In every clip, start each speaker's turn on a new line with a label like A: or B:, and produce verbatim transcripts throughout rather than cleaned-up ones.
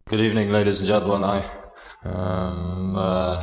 A: Good evening, ladies and gentlemen. I um uh,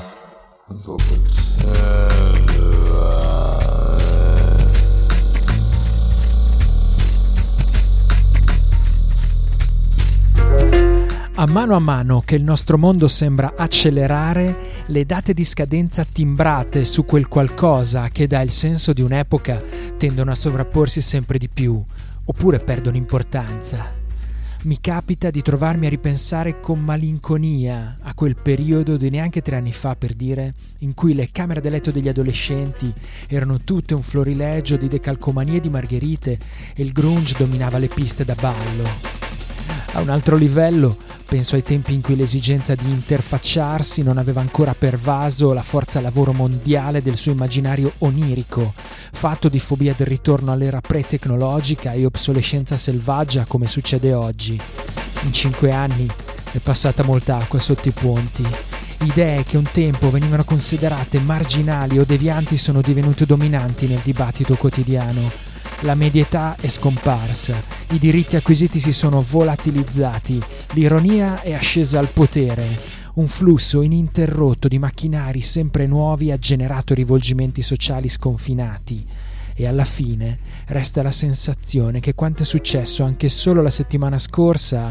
B: A mano a mano che il nostro mondo sembra accelerare, le date di scadenza timbrate su quel qualcosa che dà il senso di un'epoca tendono a sovrapporsi sempre di più, oppure perdono importanza. Mi capita di trovarmi a ripensare con malinconia a quel periodo di neanche tre anni fa, per dire, in cui le camere da letto degli adolescenti erano tutte un florilegio di decalcomanie di margherite e il grunge dominava le piste da ballo. A un altro livello, penso ai tempi in cui l'esigenza di interfacciarsi non aveva ancora pervaso la forza lavoro mondiale del suo immaginario onirico, fatto di fobia del ritorno all'era pre-tecnologica e obsolescenza selvaggia come succede oggi. In cinque anni è passata molta acqua sotto i ponti. Idee che un tempo venivano considerate marginali o devianti sono divenute dominanti nel dibattito quotidiano. La media età è scomparsa, i diritti acquisiti si sono volatilizzati, l'ironia è ascesa al potere. Un flusso ininterrotto di macchinari sempre nuovi ha generato rivolgimenti sociali sconfinati. E alla fine resta la sensazione che quanto è successo anche solo la settimana scorsa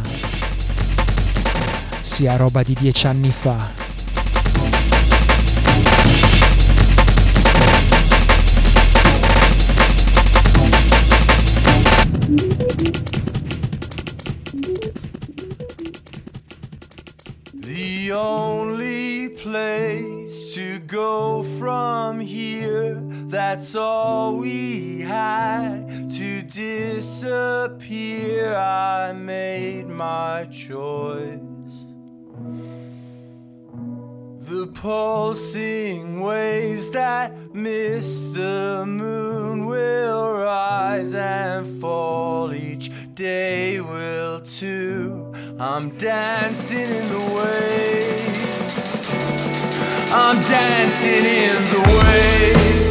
B: sia roba di dieci anni fa.
C: The only place to go from here, that's all we had to disappear. I made my choice. The pulsing waves that miss the moon will rise and fall, each day will too. I'm dancing in the waves, I'm dancing in the waves.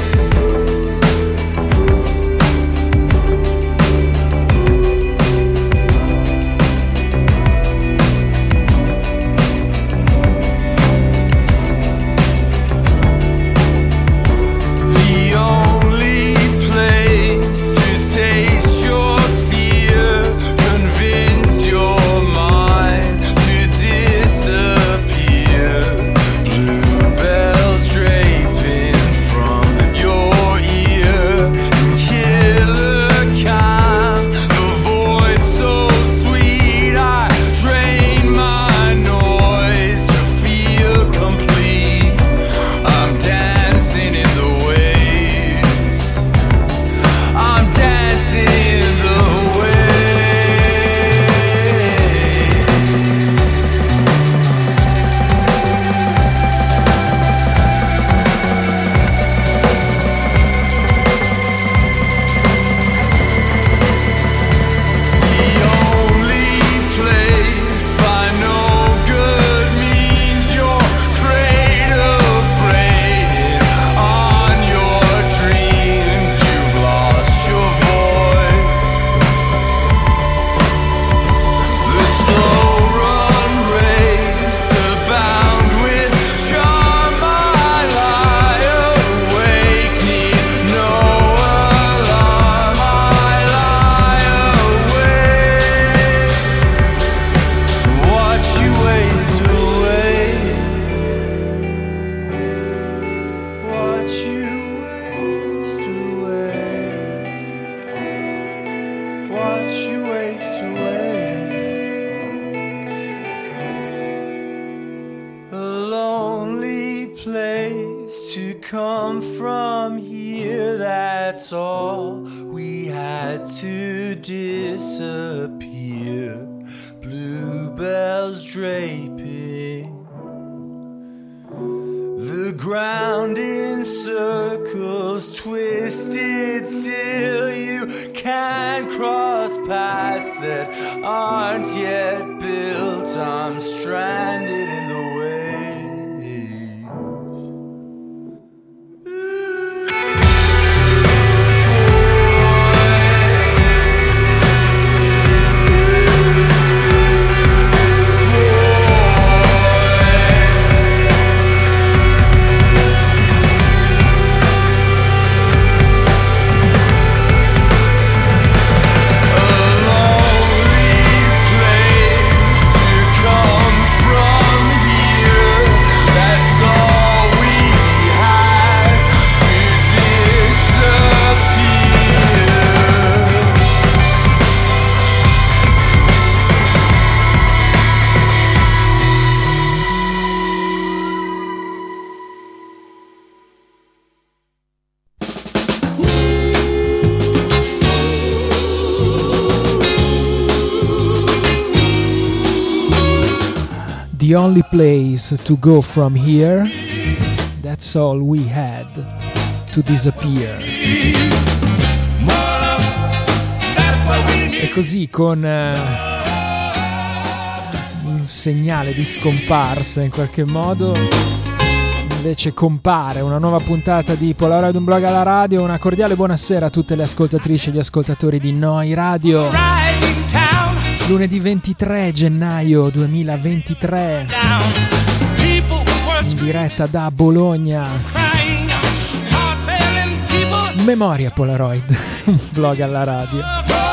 C: Oh
B: The only place to go from here, that's all we had to disappear. E così con uh, un segnale di scomparsa in qualche modo, invece compare una nuova puntata di Polaroid, un blog alla radio. Una cordiale buonasera a tutte le ascoltatrici e gli ascoltatori di Noi Radio. Lunedì ventitré gennaio duemilaventitré, in diretta da Bologna. Memoria Polaroid, un blog alla radio.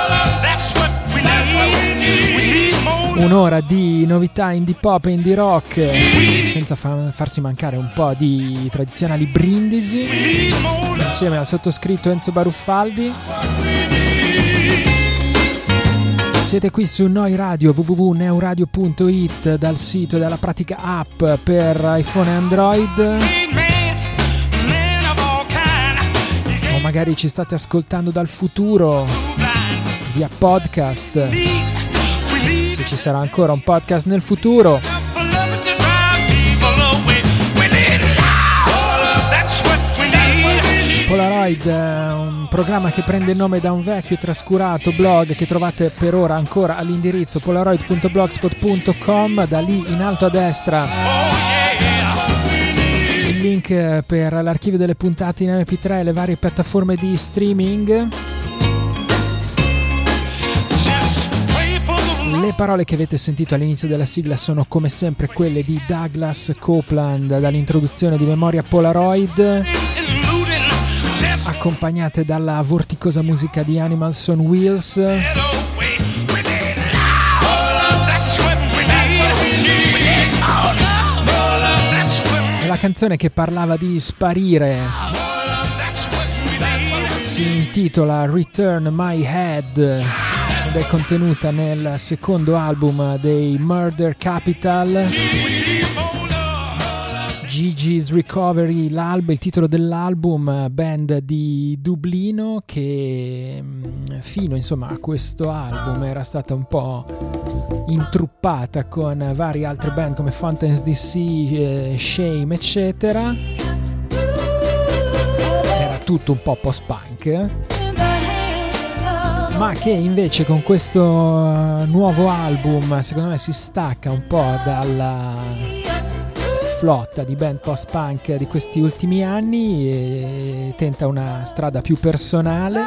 B: Un'ora di novità indie pop e indie rock, senza fa- farsi mancare un po' di tradizionali brindisi, insieme al sottoscritto Enzo Baruffaldi. Siete qui su Noi Radio, w w w punto neuradio punto it, dal sito e dalla pratica app per iPhone e Android. O magari ci state ascoltando dal futuro via podcast, se ci sarà ancora un podcast nel futuro. Polaroid, un programma che prende il nome da un vecchio e trascurato blog che trovate per ora ancora all'indirizzo polaroid punto blogspot punto com. Da lì in alto a destra il link per l'archivio delle puntate in emme pi tre e le varie piattaforme di streaming. Le parole che avete sentito all'inizio della sigla sono come sempre quelle di Douglas Copeland dall'introduzione di Memoria Polaroid, accompagnate dalla vorticosa musica di Animals on Wheels. È la canzone che parlava di sparire, si intitola Return My Head ed è contenuta nel secondo album dei Murder Capital, Gigi's Recovery, l'album, il titolo dell'album, band di Dublino che fino insomma a questo album era stata un po' intruppata con varie altre band come Fountains D C, eh, Shame eccetera. Era tutto un po' post-punk, ma che invece con questo nuovo album secondo me si stacca un po' dalla flotta di band post-punk di questi ultimi anni e tenta una strada più personale.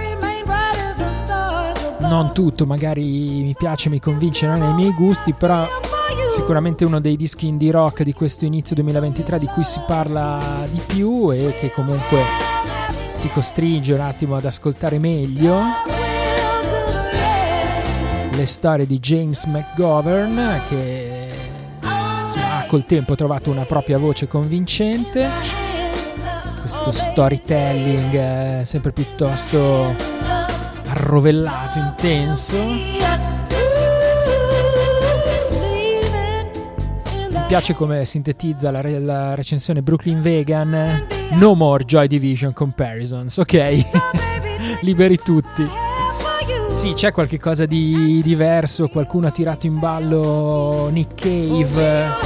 B: Non tutto magari mi piace, mi convince, non è nei miei gusti, però sicuramente uno dei dischi indie rock di questo inizio duemilaventitré di cui si parla di più e che comunque ti costringe un attimo ad ascoltare meglio le storie di James McGovern, che col tempo ha trovato una propria voce convincente, questo storytelling eh, sempre piuttosto arrovellato, intenso. Mi piace come sintetizza la, re- la recensione Brooklyn Vegan: no more Joy Division comparisons, ok? Liberi tutti. Sì, c'è qualche cosa di diverso, qualcuno ha tirato in ballo Nick Cave,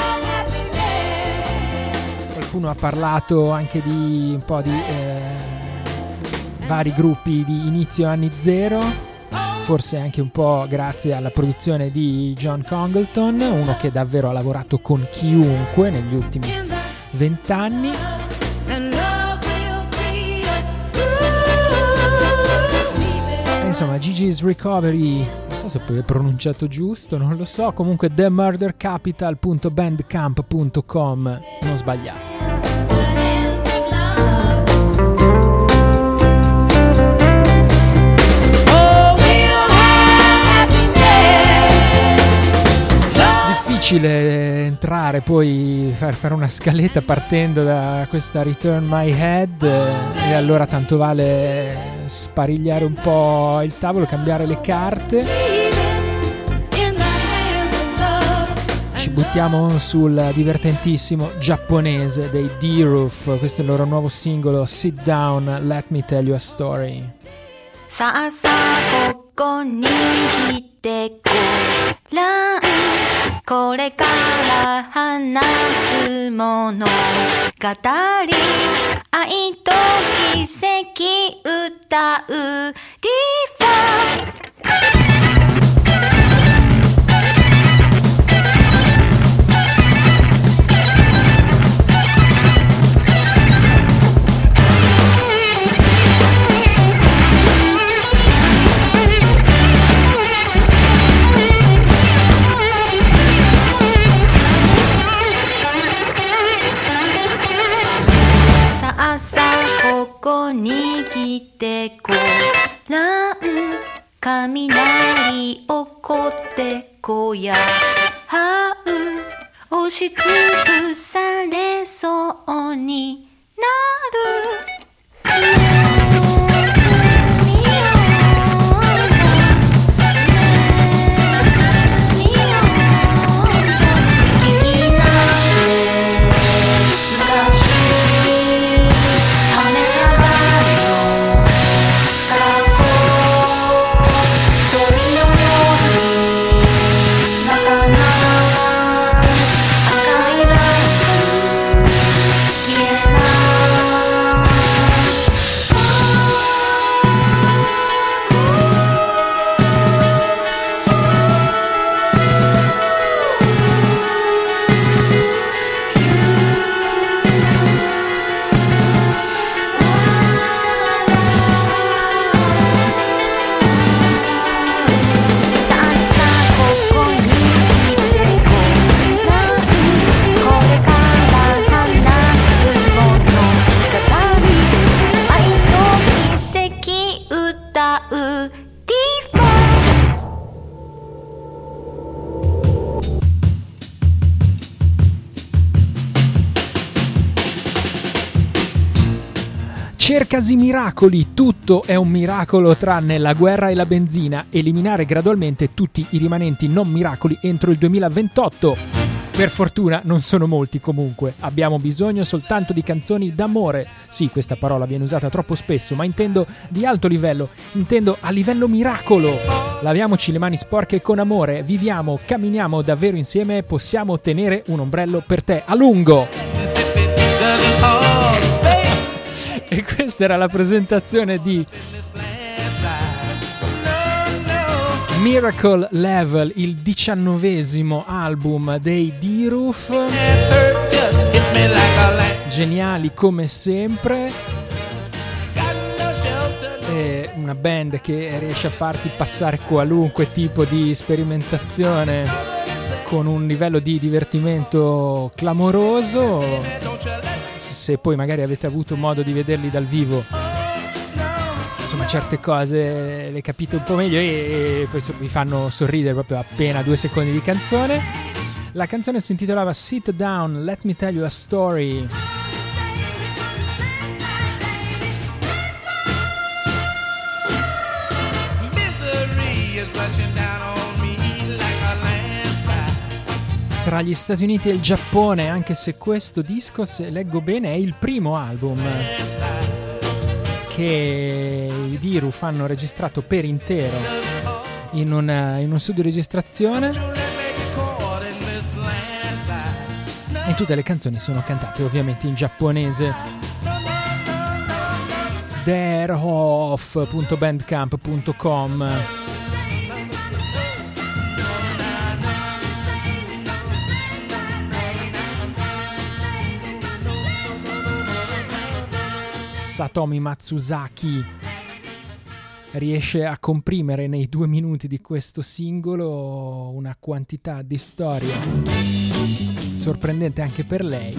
B: qualcuno ha parlato anche di un po' di eh, vari gruppi di inizio anni zero, forse anche un po' grazie alla produzione di John Congleton, uno che davvero ha lavorato con chiunque negli ultimi vent'anni. Insomma, Gigi's Recovery, non so se poi è pronunciato giusto, non lo so, comunque the murder capital punto bandcamp punto com, non sbagliato. Difficile entrare poi, far fare una scaletta partendo da questa Return My Head, e allora tanto vale sparigliare un po' il tavolo, cambiare le carte. Ci buttiamo sul divertentissimo giapponese dei D-Roof, questo è il loro nuovo singolo Sit Down, Let Me Tell You a Story.
D: Sa sa koko ni kite ko ran これから話す物語愛と奇跡歌うディファさあここに来てごらん雷起こって小屋はう押しつぶされそうになる
B: Cercasi miracoli, tutto è un miracolo tranne la guerra e la benzina, eliminare gradualmente tutti i rimanenti non miracoli entro il duemilaventotto. Per fortuna non sono molti comunque, abbiamo bisogno soltanto di canzoni d'amore. Sì, questa parola viene usata troppo spesso, ma intendo di alto livello, intendo a livello miracolo. Laviamoci le mani sporche con amore, viviamo, camminiamo davvero insieme, possiamo ottenere un ombrello per te a lungo. E questa era la presentazione di Miracle Level, il diciannovesimo album dei D-Roof. Geniali come sempre. È una band che riesce a farti passare qualunque tipo di sperimentazione con un livello di divertimento clamoroso. Se poi magari avete avuto modo di vederli dal vivo, insomma certe cose le capite un po' meglio e, e poi vi fanno sorridere proprio appena due secondi di canzone. La canzone si intitolava Sit Down, Let Me Tell You a Story. Tra gli Stati Uniti e il Giappone, anche se questo disco, se leggo bene, è il primo album che i D-Roof hanno registrato per intero in, una, in un studio di registrazione, e tutte le canzoni sono cantate ovviamente in giapponese. derhof punto bandcamp punto com. Satomi Matsuzaki riesce a comprimere nei due minuti di questo singolo una quantità di storia sorprendente anche per lei.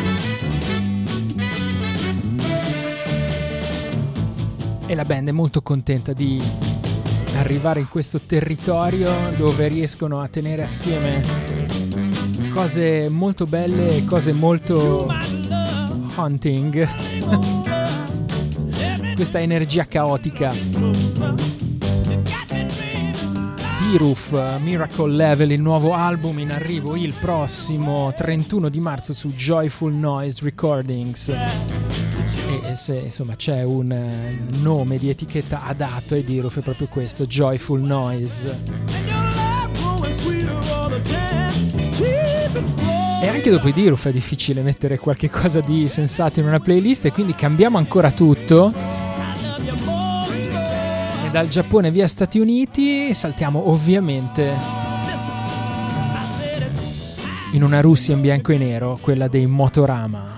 B: E la band è molto contenta di arrivare in questo territorio dove riescono a tenere assieme cose molto belle e cose molto haunting. Questa energia caotica. D-Roof, Miracle Level, il nuovo album in arrivo il prossimo trentuno di marzo su Joyful Noise Recordings. E se insomma c'è un nome di etichetta adatto ai D-Roof è proprio questo, Joyful Noise. E anche dopo i Diruf è difficile mettere qualche cosa di sensato in una playlist, e quindi cambiamo ancora tutto. E dal Giappone via Stati Uniti saltiamo ovviamente in una Russia in bianco e nero, quella dei Motorama.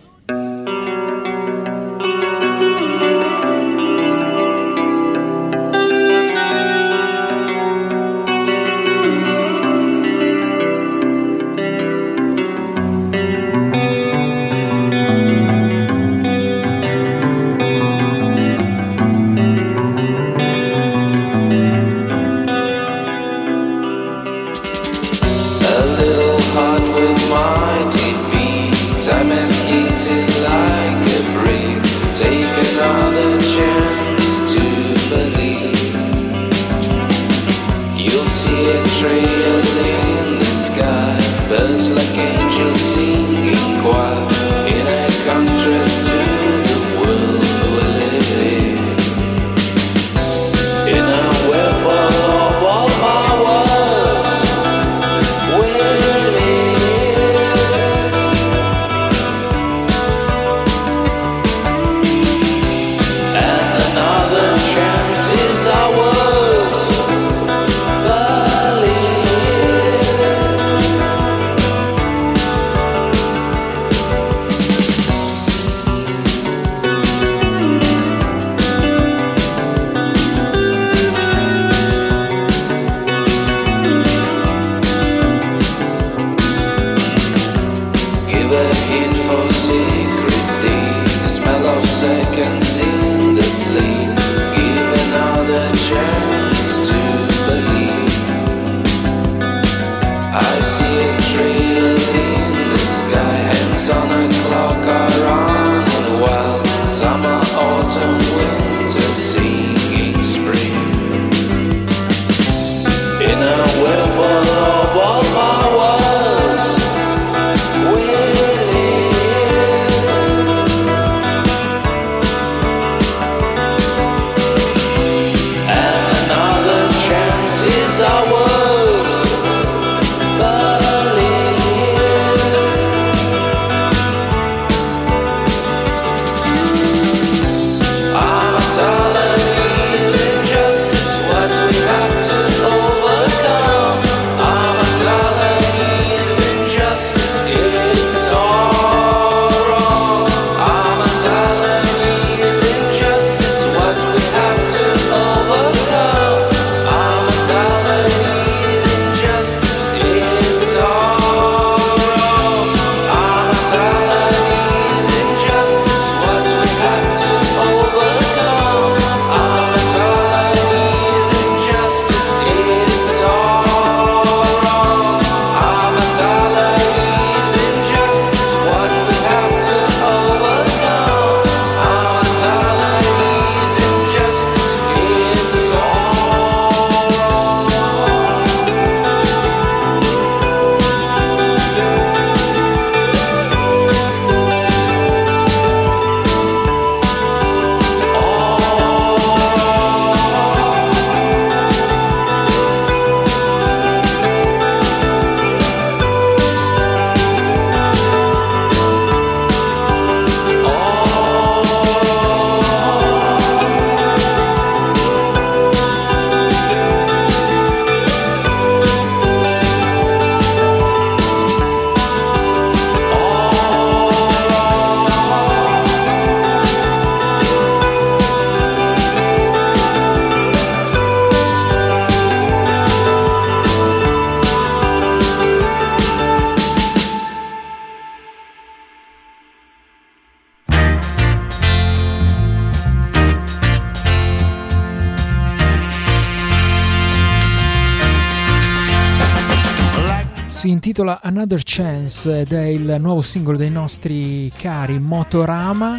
B: Si intitola Another Chance ed è il nuovo singolo dei nostri cari Motorama,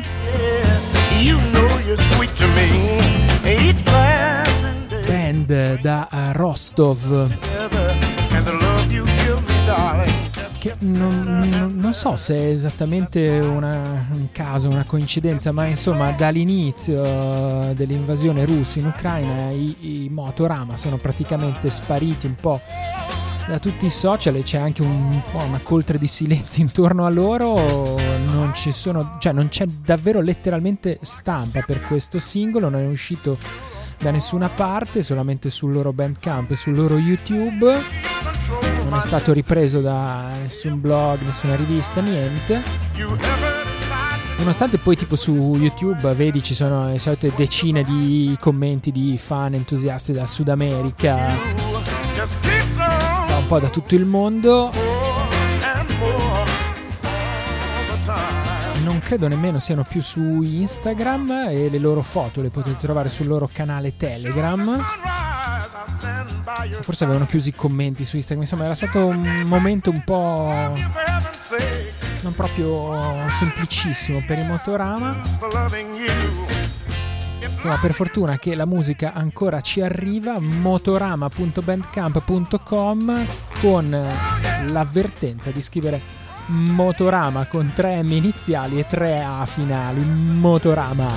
B: band da Rostov, che non, non, non so se è esattamente una, un caso, una coincidenza, ma insomma dall'inizio dell'invasione russa in Ucraina i, i Motorama sono praticamente spariti un po' da tutti i social, e c'è anche un po' una coltre di silenzio intorno a loro. Non ci sono, cioè non c'è davvero letteralmente stampa per questo singolo, non è uscito da nessuna parte, solamente sul loro Bandcamp e sul loro YouTube. Non è stato ripreso da nessun blog, nessuna rivista, niente. Nonostante poi tipo su YouTube vedi ci sono le solite decine di commenti di fan entusiasti dal Sud America, un po' da tutto il mondo. Non credo nemmeno siano più su Instagram, e le loro foto le potete trovare sul loro canale Telegram. Forse avevano chiuso i commenti su Instagram, insomma era stato un momento un po' non proprio semplicissimo per i Motorama. Insomma, per fortuna che la musica ancora ci arriva. Motorama punto bandcamp punto com, con l'avvertenza di scrivere Motorama con tre M iniziali e tre A finali. Motorama.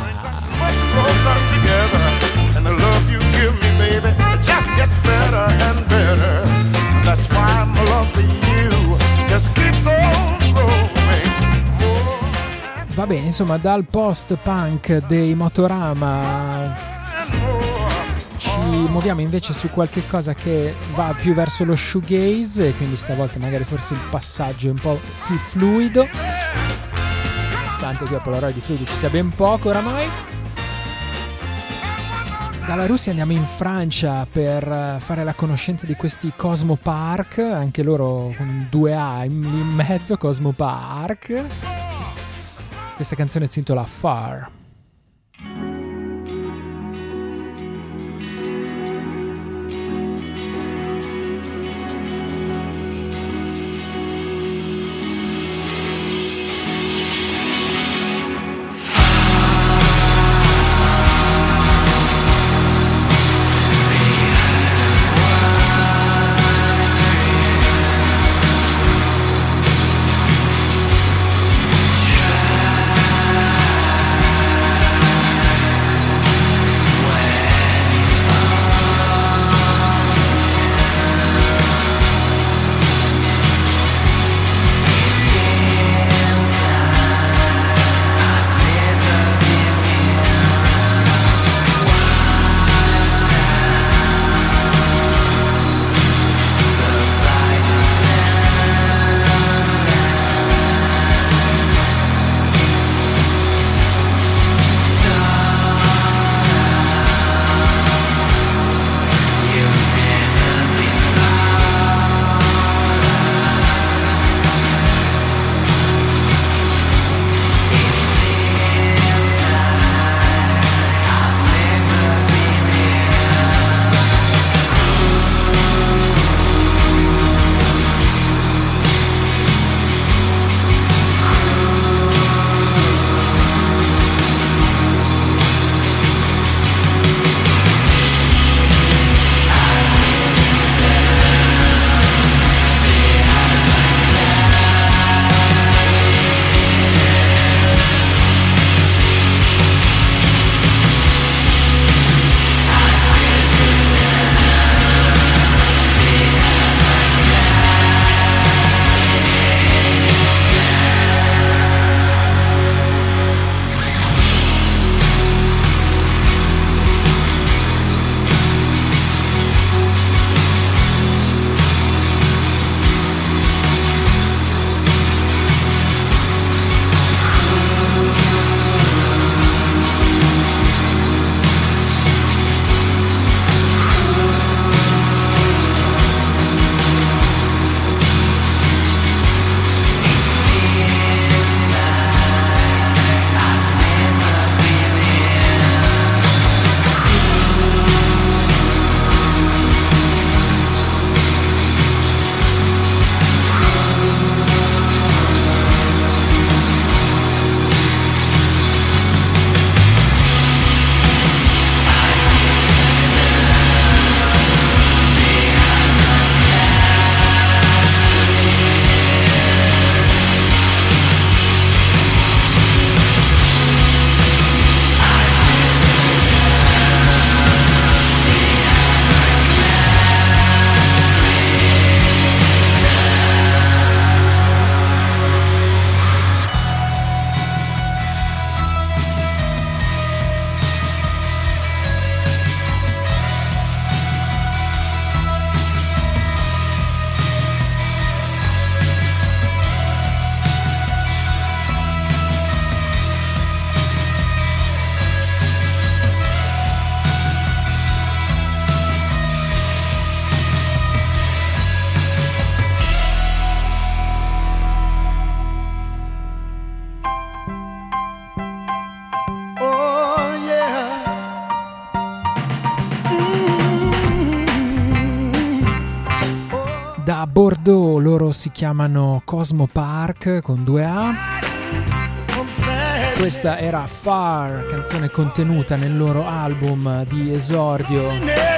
B: Va bene, insomma, dal post-punk dei Motorama ci muoviamo invece su qualche cosa che va più verso lo shoegaze, e quindi stavolta magari forse il passaggio è un po' più fluido, nonostante qui a Polaroid di fluido ci sia ben poco oramai. Dalla Russia andiamo in Francia per fare la conoscenza di questi Cosmo Park, anche loro con due A in mezzo, Cosmo Park. Questa canzone si intitola Far.
E: Try
B: Bordeaux, loro si chiamano Cosmo Park con due A. Questa era Far, canzone contenuta nel loro album di esordio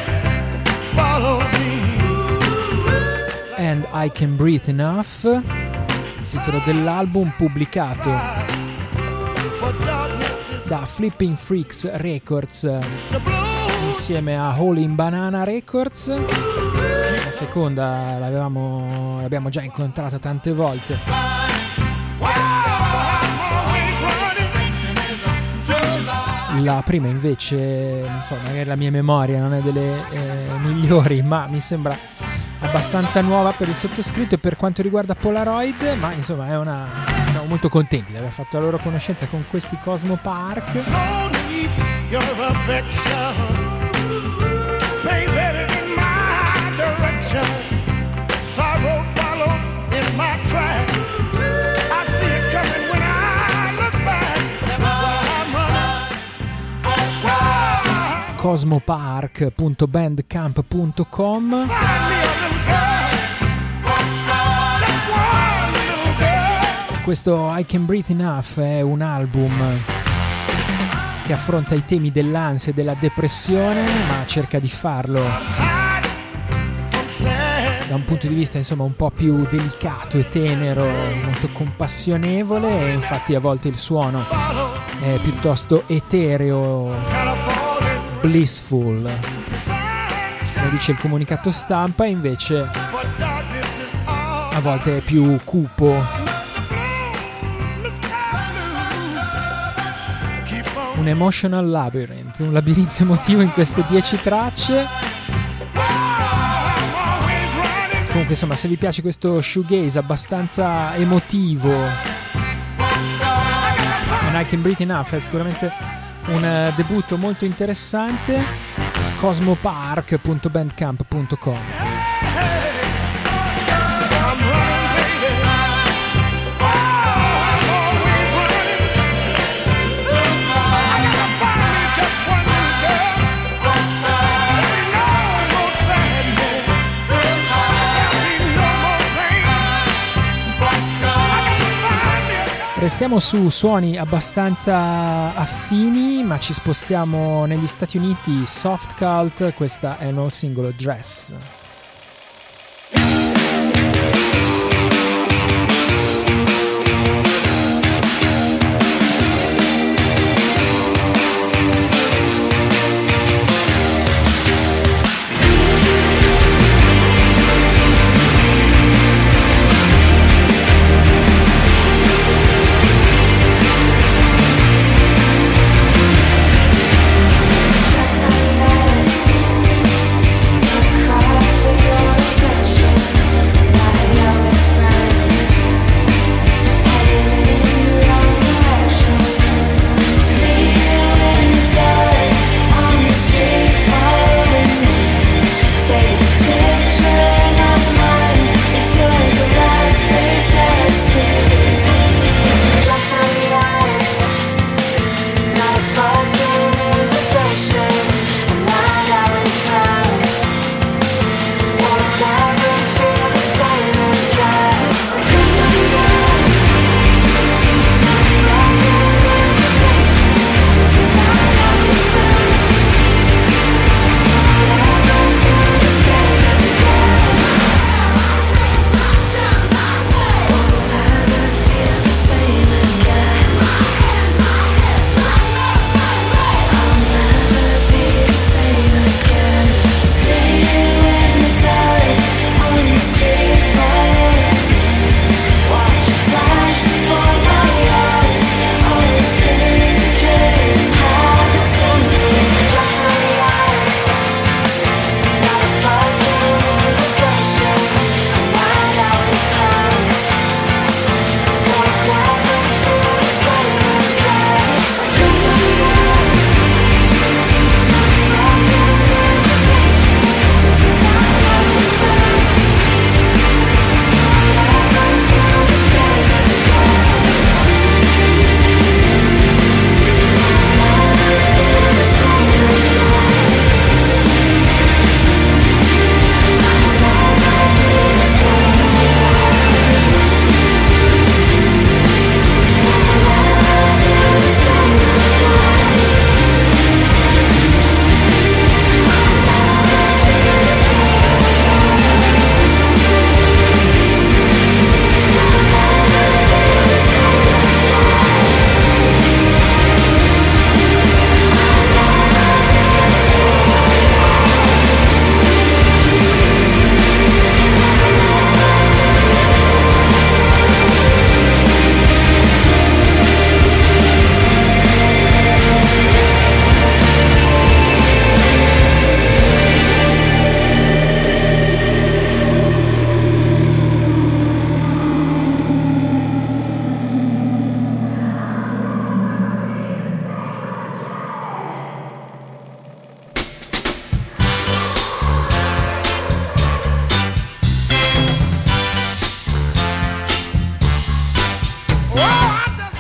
B: And I Can Breathe Enough, titolo dell'album pubblicato da Flipping Freaks Records insieme a Holy in Banana Records. La seconda l'avevamo, l'abbiamo già incontrata tante volte. La prima invece, non so, magari la mia memoria non è delle eh, migliori, ma mi sembra abbastanza nuova per il sottoscritto e per quanto riguarda Polaroid, ma insomma è una, siamo molto contenti di aver fatto la loro conoscenza con questi Cosmo Park. cosmopark punto bandcamp punto com. Questo I Can Breathe Enough è un album che affronta i temi dell'ansia e della depressione, ma cerca di farlo da un punto di vista insomma un po' più delicato e tenero, molto compassionevole, e infatti a volte il suono è piuttosto etereo, blissful, come dice il comunicato stampa, invece a volte è più cupo. Un emotional labyrinth, un labirinto emotivo in queste dieci tracce. Comunque insomma, se vi piace questo shoegaze abbastanza emotivo, And I Can Breathe Enough è sicuramente un uh, debutto molto interessante. cosmopark punto bandcamp punto com. Restiamo su suoni abbastanza affini, ma ci spostiamo negli Stati Uniti. Soft Cult, questa è il nuovo singolo Dress.
E: Cross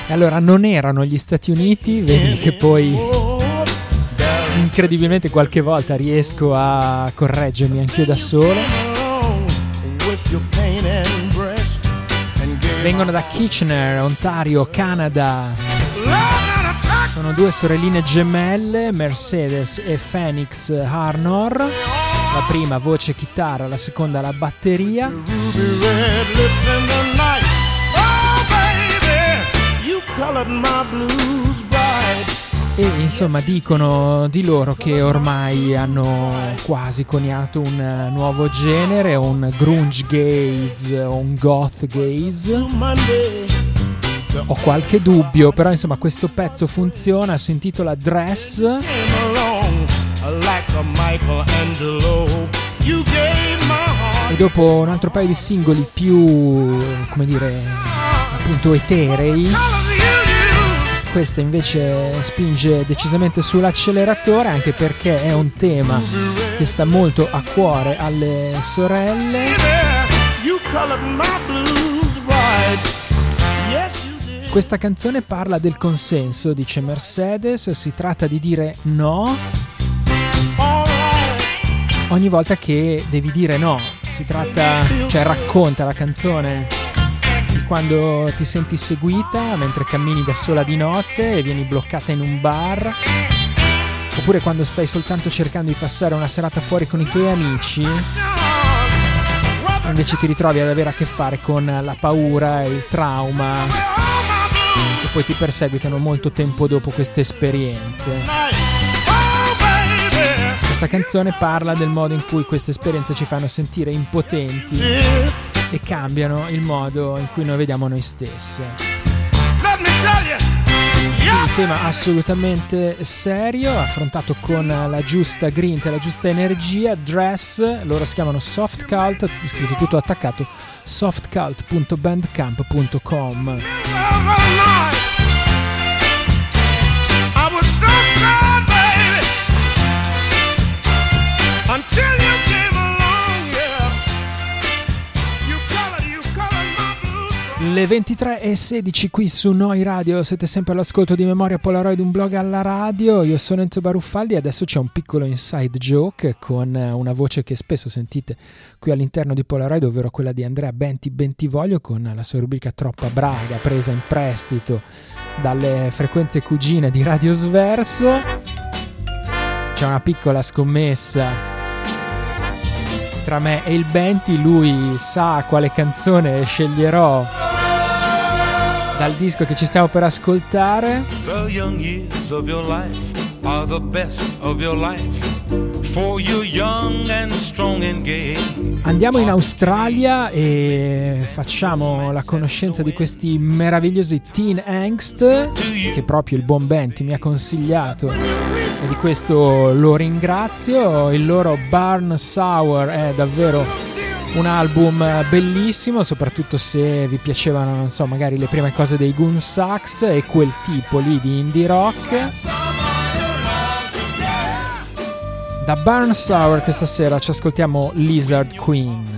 B: E allora non erano gli Stati Uniti, vedi che poi incredibilmente qualche volta riesco a correggermi anch'io da solo. Vengono da Kitchener, Ontario, Canada. Sono due sorelline gemelle, Mercedes e Phoenix Harnor. La prima voce chitarra, la seconda la batteria. E insomma dicono di loro che ormai hanno quasi coniato un nuovo genere, un grunge gaze o un goth gaze. Ho qualche dubbio, però insomma questo pezzo funziona, si intitola Dress. E dopo un altro paio di singoli più, come dire, appunto eterei, questa invece spinge decisamente sull'acceleratore, anche perché è un tema che sta molto a cuore alle sorelle. Questa canzone parla del consenso, dice Mercedes, si tratta di dire no ogni volta che devi dire no. Si tratta, cioè racconta la canzone di quando ti senti seguita mentre cammini da sola di notte e vieni bloccata in un bar, oppure quando stai soltanto cercando di passare una serata fuori con i tuoi amici e invece ti ritrovi ad avere a che fare con la paura e il trauma che poi ti perseguitano molto tempo dopo queste esperienze. Questa canzone parla del modo in cui queste esperienze ci fanno sentire impotenti e cambiano il modo in cui noi vediamo noi stesse. Un tema assolutamente serio, affrontato con la giusta grinta e la giusta energia. Dress, loro si chiamano Soft Cult, scritto tutto attaccato, soft cult punto bandcamp punto com. Le ventitré e sedici qui su Noi Radio, siete sempre all'ascolto di Memoria Polaroid, un blog alla radio. Io sono Enzo Baruffaldi e adesso c'è un piccolo inside joke con una voce che spesso sentite qui all'interno di Polaroid, ovvero quella di Andrea Benti Bentivoglio, con la sua rubrica Troppa Braga, presa in prestito dalle frequenze cugine di Radio Sverso. C'è una piccola scommessa tra me e il Benti, lui sa quale canzone sceglierò dal disco che ci stiamo per ascoltare.
C: The young years of your life are the best of your life, for you're young and strong and gay.
B: Andiamo in Australia e facciamo la conoscenza di questi meravigliosi Teen Angst che proprio il buon Benti mi ha consigliato e di questo lo ringrazio. Il loro Barn Sour è davvero un album bellissimo, soprattutto se vi piacevano, non so, magari le prime cose dei Goon Sax e quel tipo lì di indie rock. Da Barn Sour questa sera ci ascoltiamo Lizard Queen.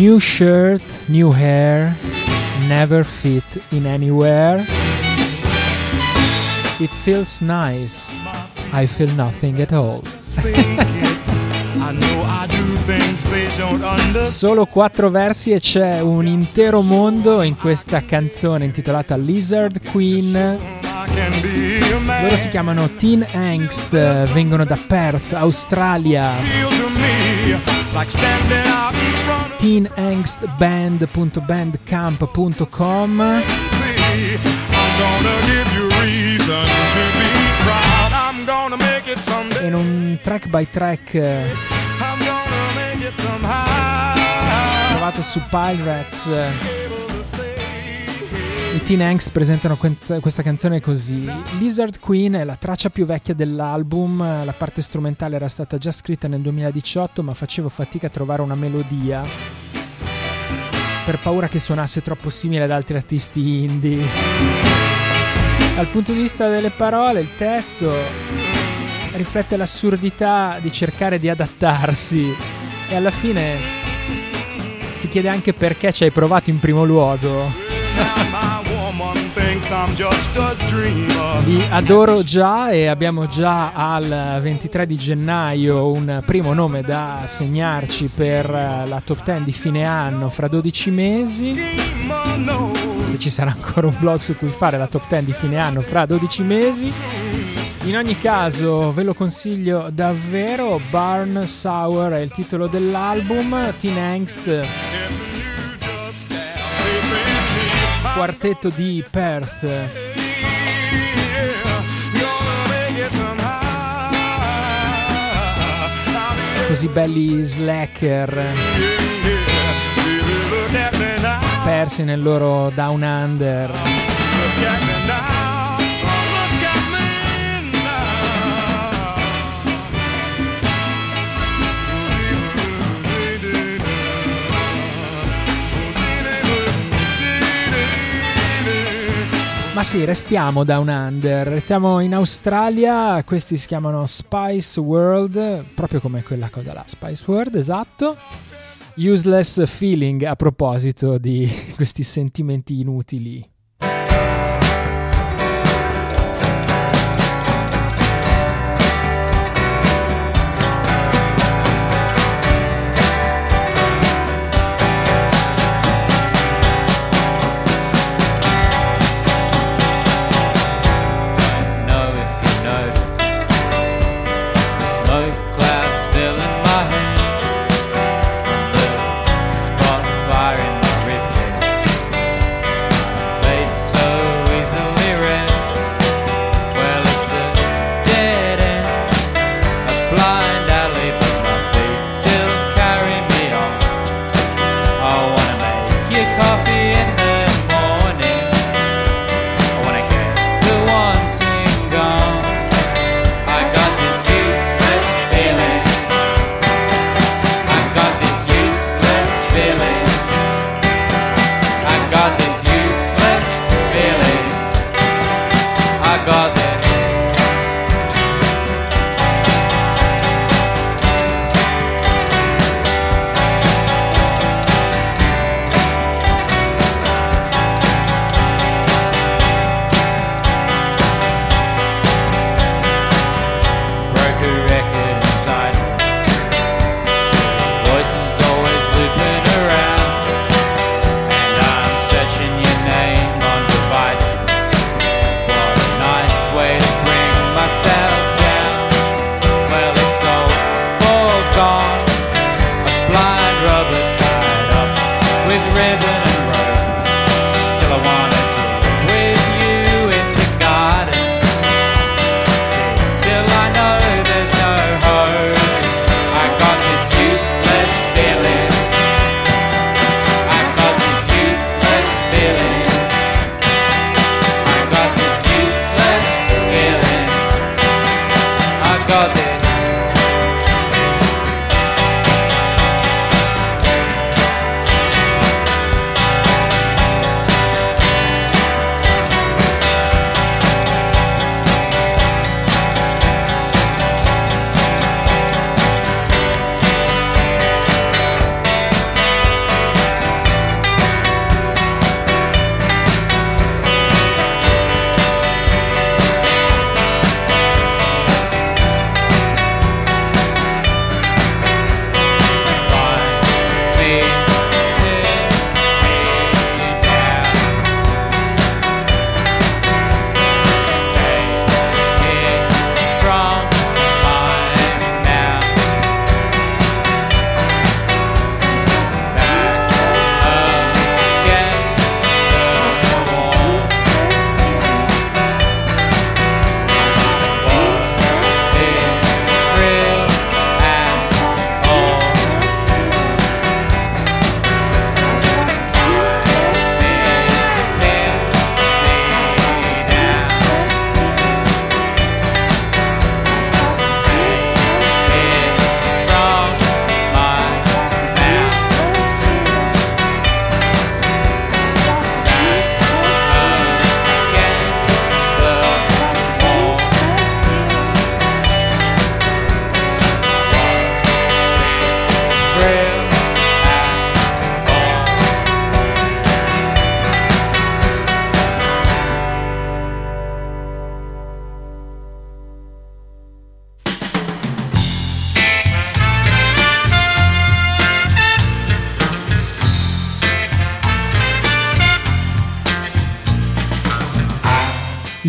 B: New shirt, new hair, never fit in anywhere. It feels nice, I feel nothing at all. Solo quattro versi e c'è un intero mondo in questa canzone intitolata Lizard Queen. Loro si chiamano Teen Angst, vengono da Perth, Australia. teen angst band punto bandcamp punto com. In un track by track trovato su Pirates, i Teen Angst presentano questa canzone così: Lizard Queen è la traccia più vecchia dell'album, la parte strumentale era stata già scritta nel duemiladiciotto, ma facevo fatica a trovare una melodia per paura che suonasse troppo simile ad altri artisti indie. Dal punto di vista delle parole, il testo riflette l'assurdità di cercare di adattarsi e alla fine si chiede anche perché ci hai provato in primo luogo. Li adoro già e abbiamo già al ventitré di gennaio un primo nome da segnarci per la top dieci di fine anno fra dodici mesi. Se ci sarà ancora un blog su cui fare la top dieci di fine anno fra dodici mesi. In ogni caso ve lo consiglio davvero. Barn Sour è il titolo dell'album. Teen Angst, quartetto di Perth. Così belli slacker, persi nel loro Down Under. Ma sì, restiamo Down Under, restiamo in Australia. Questi si chiamano Spice World, proprio come quella cosa là, Spice World, esatto. Useless Feeling, a proposito di questi sentimenti inutili.
E: Fire in my ribcage.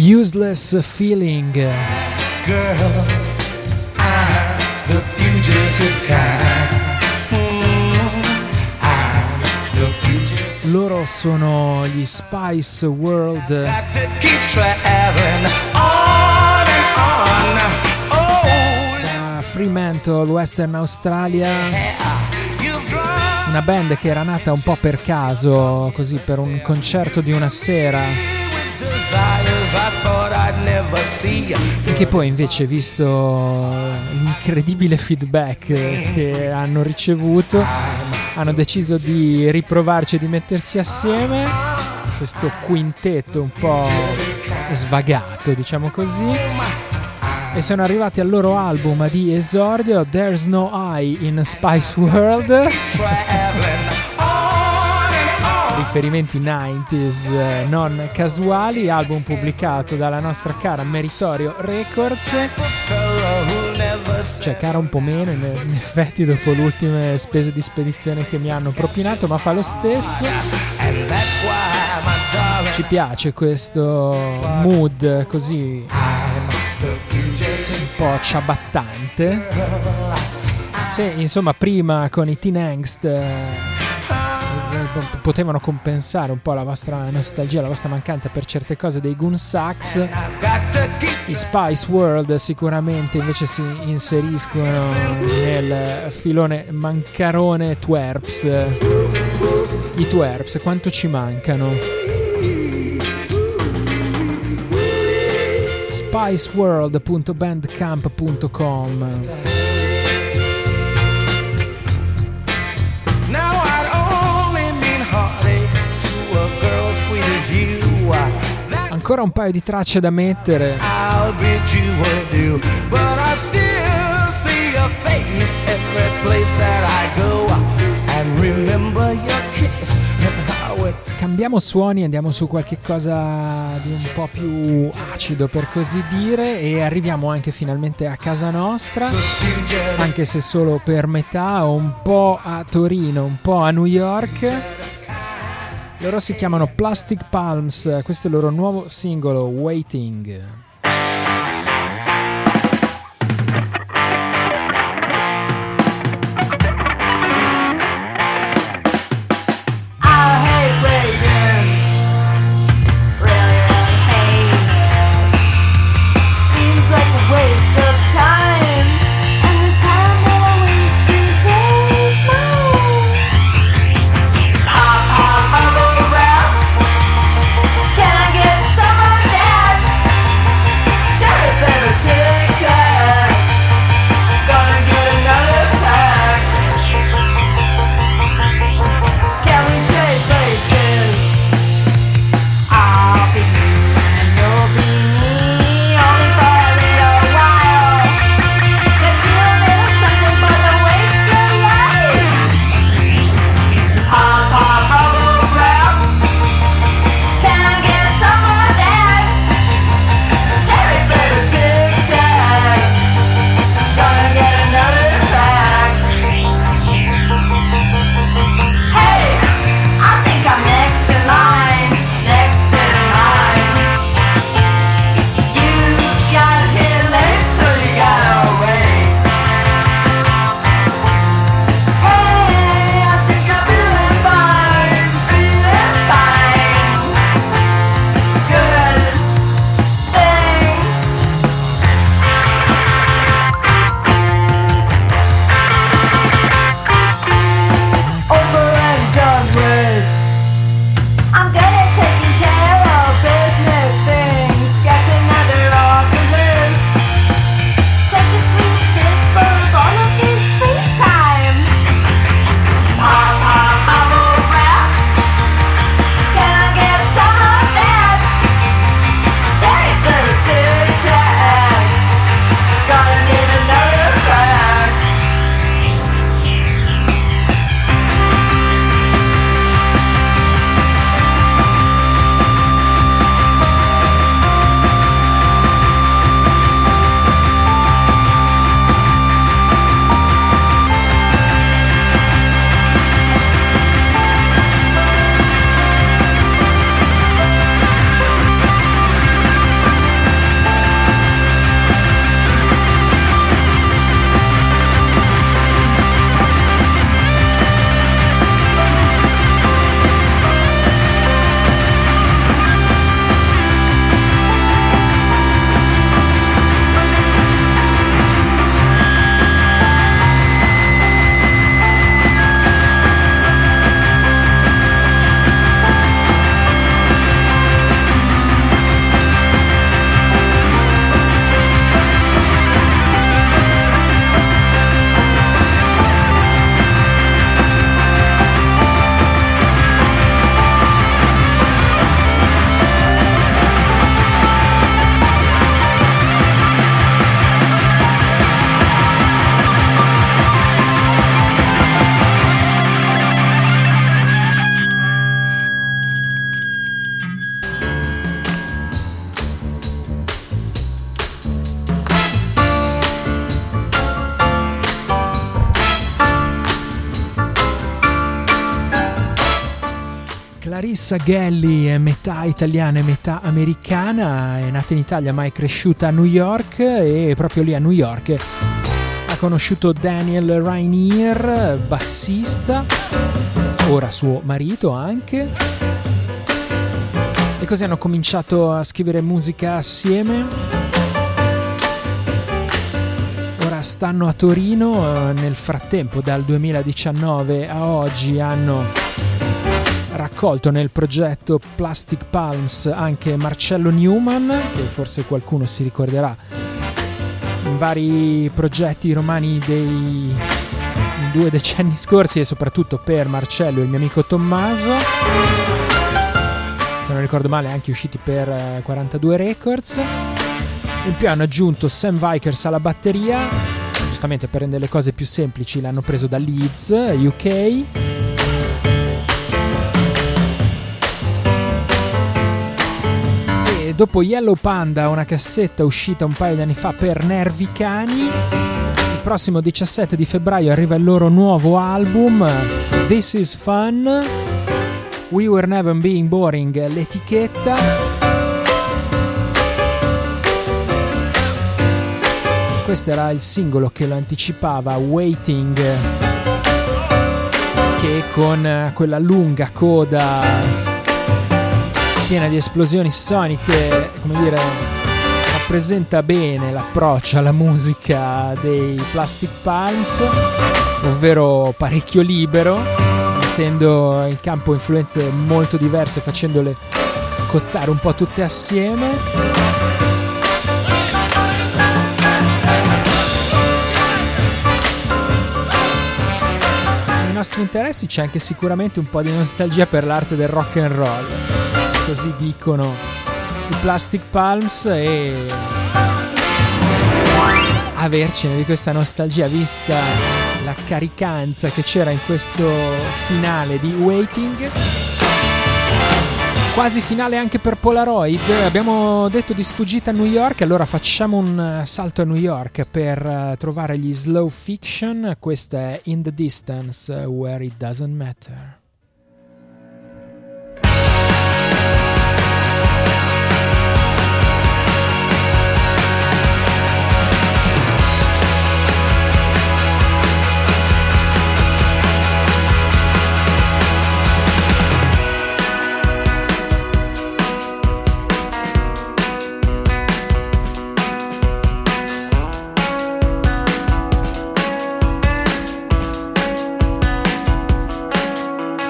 B: Useless Feeling.
C: Girl, I'm the fugitive kind. Mm, I'm the fugitive.
B: Loro sono gli Spice World.
C: Got to keep traveling on and on. Oh,
B: Da Fremantle, Western Australia.
C: you've drawn
B: Una band che era nata un po' per caso, così per un concerto di una sera,
C: desires I thought I'd never see.
B: e che poi invece, visto l'incredibile feedback che hanno ricevuto, hanno deciso di riprovarci e di mettersi assieme, questo quintetto un po' svagato, diciamo così, e sono arrivati al loro album di esordio, There's No I in Spice World.
C: Traveling on and on.
B: Riferimenti novanta eh, non casuali, album pubblicato dalla nostra cara Meritorio Records,
C: Fella who never said
B: cioè cara un po' meno in, in effetti dopo le ultime spese di spedizione che mi hanno propinato, ma fa lo stesso.
C: and that's why my darling
B: Ci piace questo mood così un po' ciabattante. Se insomma prima con i Teen Angst eh, potevano compensare un po' la vostra nostalgia, la vostra mancanza per certe cose dei Goon Sax,
C: I've got to keep
B: i Spice World sicuramente invece si inseriscono nel filone mancarone Twerps. I Twerps quanto ci mancano? spiceworld punto bandcamp punto com.
C: now I'd only mean heartache to a girl sweet as you. That
B: Ancora un paio di tracce da mettere.
C: I'll bid you adieu, but I still see your face every place that I go, and remember your kiss and how it
B: Cambiamo suoni, andiamo su qualche cosa di un po' più acido per così dire, e arriviamo anche finalmente a casa nostra, anche se solo per metà, un po' a Torino, un po' a New York. Loro si chiamano Plastic Palms, questo è il loro nuovo singolo, Waiting.
D: I hate waiting, really, really hate. Seems like a waste of time, and the time that I waste is mine. Pop, pop, I look around. Can I get some of that?
B: Larissa Gelli è metà italiana e metà americana, è nata in Italia ma è cresciuta a New York e proprio lì a New York ha conosciuto Daniel Rainier, bassista, ora suo marito anche, e così hanno cominciato a scrivere musica assieme. Ora stanno a Torino, nel frattempo dal duemiladiciannove a oggi hanno raccolto nel progetto Plastic Palms anche Marcello Newman, che forse qualcuno si ricorderà in vari progetti romani dei due decenni scorsi, e soprattutto per Marcello e il mio amico Tommaso, se non ricordo male anche usciti per quarantadue Records. In più hanno aggiunto Sam Vikers alla batteria, giustamente per rendere le cose più semplici l'hanno preso da Leeds, U K. Dopo Yellow Panda, una cassetta uscita un paio di anni fa per Nervi Cani, il prossimo diciassette di febbraio arriva il loro nuovo album This Is Fun, We Were Never Being Boring, l'etichetta. Questo era il singolo che lo anticipava, Waiting, che con quella lunga coda piena di esplosioni soniche, come dire, rappresenta bene l'approccio alla musica dei Plastic Palms, ovvero parecchio libero, mettendo in campo influenze molto diverse, facendole cozzare un po' tutte assieme. Nei nostri interessi c'è anche sicuramente un po' di nostalgia per l'arte del rock and roll, così dicono i Plastic Palms, e avercene di questa nostalgia vista la caricanza che c'era in questo finale di Waiting, quasi finale anche per Polaroid. Abbiamo detto di sfuggita a New York, allora facciamo un salto a New York per trovare gli Slow Fiction. Questa è In the Distance, Where It Doesn't Matter.
E: Thank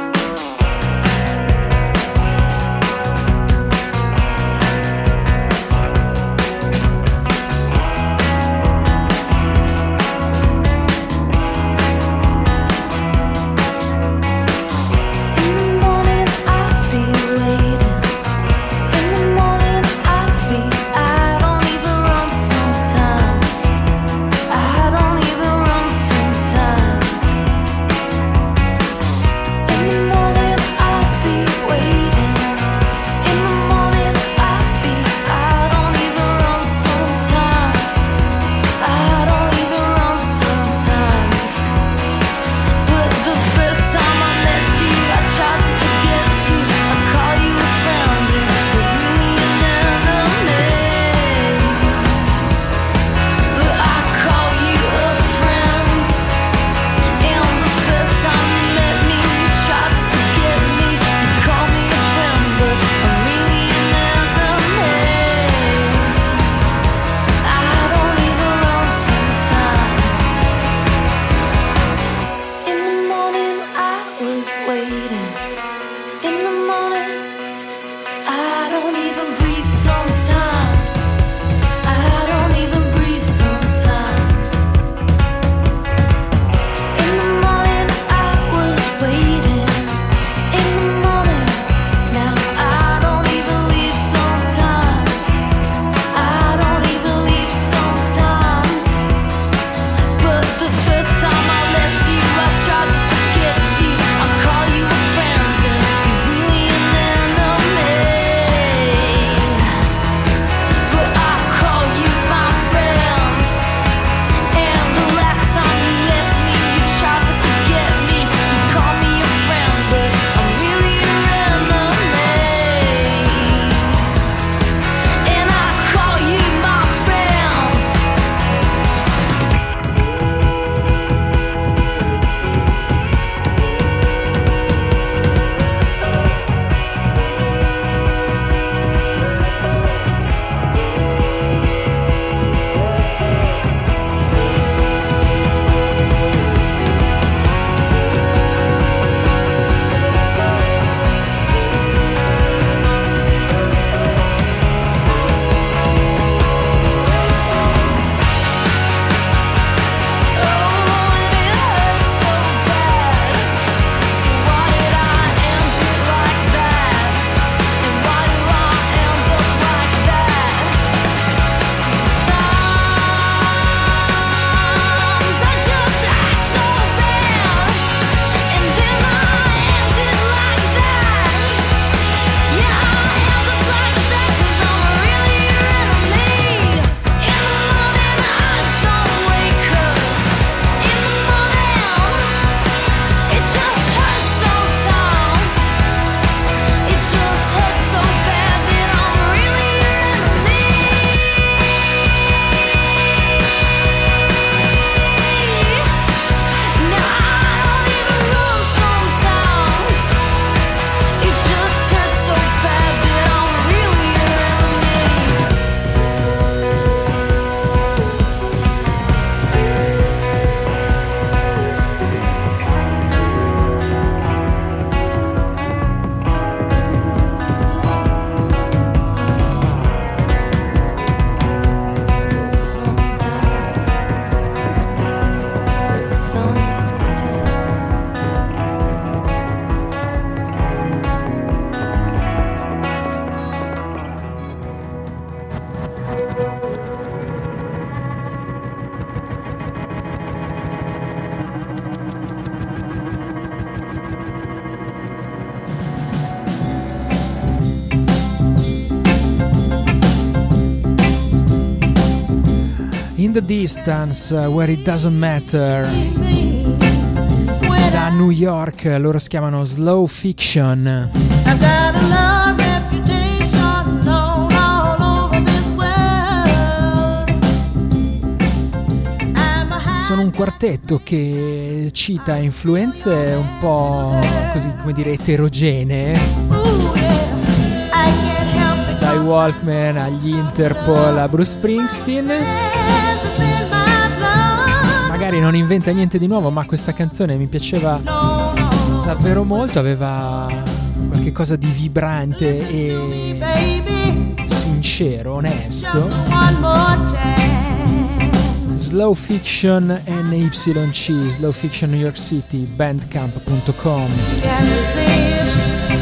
B: In the Distance, Where It Doesn't Matter. Da New York, loro si chiamano Slow Fiction.
E: I've got a love reputation known all over this world. I'm a high-
B: Sono un quartetto che cita influenze un po' così, come dire, eterogenee.
E: Ooh, yeah. I can't help it.
B: Dai Walkman agli Interpol a Bruce Springsteen.
E: It's in my blood.
B: Magari non inventa niente di nuovo, ma questa canzone mi piaceva
E: No, no, no.
B: davvero molto, aveva qualche cosa di vibrante e
E: Baby,
B: sincero, onesto.
E: just one more chance.
B: Slow Fiction N Y C, Slow Fiction New York City, bandcamp punto com.
E: Can't resist.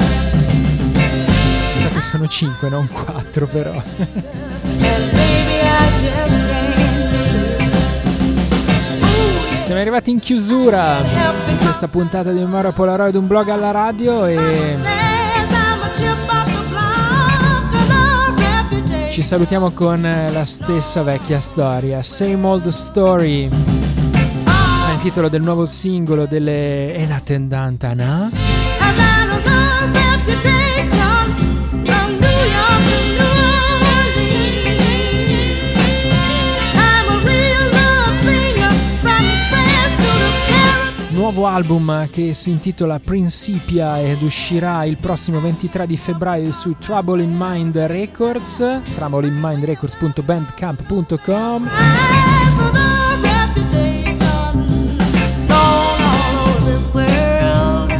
B: Sa che sono cinque, non quattro però.
E: And baby, I just can't miss. Ooh,
B: Siamo arrivati in chiusura di questa puntata di Memoria Polaroid, un blog alla radio, e
E: says I'm a chip off the block, a love reputation.
B: ci salutiamo con la stessa vecchia storia, Same Old Story, è il titolo del nuovo singolo delle Enatendantana.
E: I've got a love reputation from New York to New Orleans. I'm a real love singer from France to the Caribbean.
B: Nuovo album che si intitola Principia ed uscirà il prossimo ventitré di febbraio su Trouble in Mind Records, trouble in mind records punto bandcamp punto com.
E: I have a love reputation known all over this world.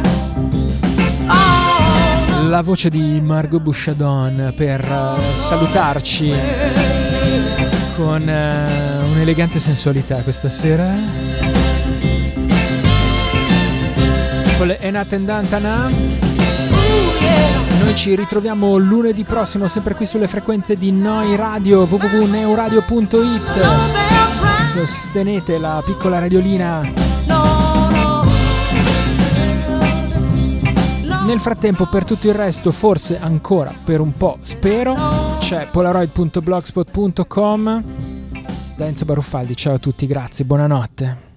E: Oh,
B: La voce di Margot Bouchardon per eh, salutarci con eh, un'elegante sensualità questa sera. Con le Enatendantana. Noi ci ritroviamo lunedì prossimo, sempre qui sulle frequenze di Noi Radio, w w w punto neuradio punto it. Sostenete la piccola radiolina. Nel frattempo, per tutto il resto, forse ancora per un po', spero, c'è polaroid punto blogspot punto com. Da Enzo Baruffaldi, ciao a tutti, grazie, buonanotte.